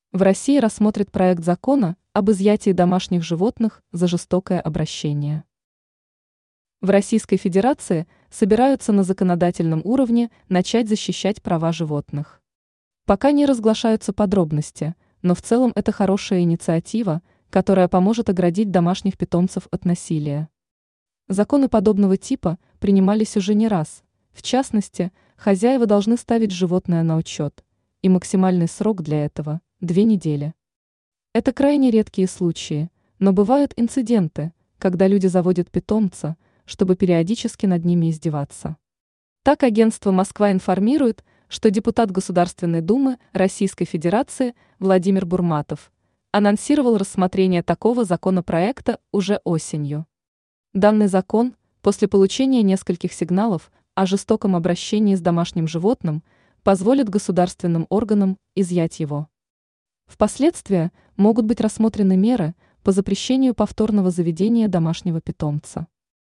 В России рассмотрят проект закона об изъятии домашних животных за жестокое обращение. В Российской Федерации собираются на законодательном уровне начать защищать права животных. Пока не разглашаются подробности, но в целом это хорошая инициатива, которая поможет оградить домашних питомцев от насилия. Законы подобного типа принимались уже не раз. В частности, хозяева должны ставить животное на учет, и максимальный срок для этого – 2 недели. Это крайне редкие случаи, но бывают инциденты, когда люди заводят питомца, чтобы периодически над ними издеваться. Так агентство «Москва» информирует, что депутат Государственной Думы Российской Федерации Владимир Бурматов анонсировал рассмотрение такого законопроекта уже осенью. Данный закон, после получения нескольких сигналов о жестоком обращении с домашним животным, позволит государственным органам изъять его. Впоследствии могут быть рассмотрены меры по запрещению повторного заведения домашнего питомца.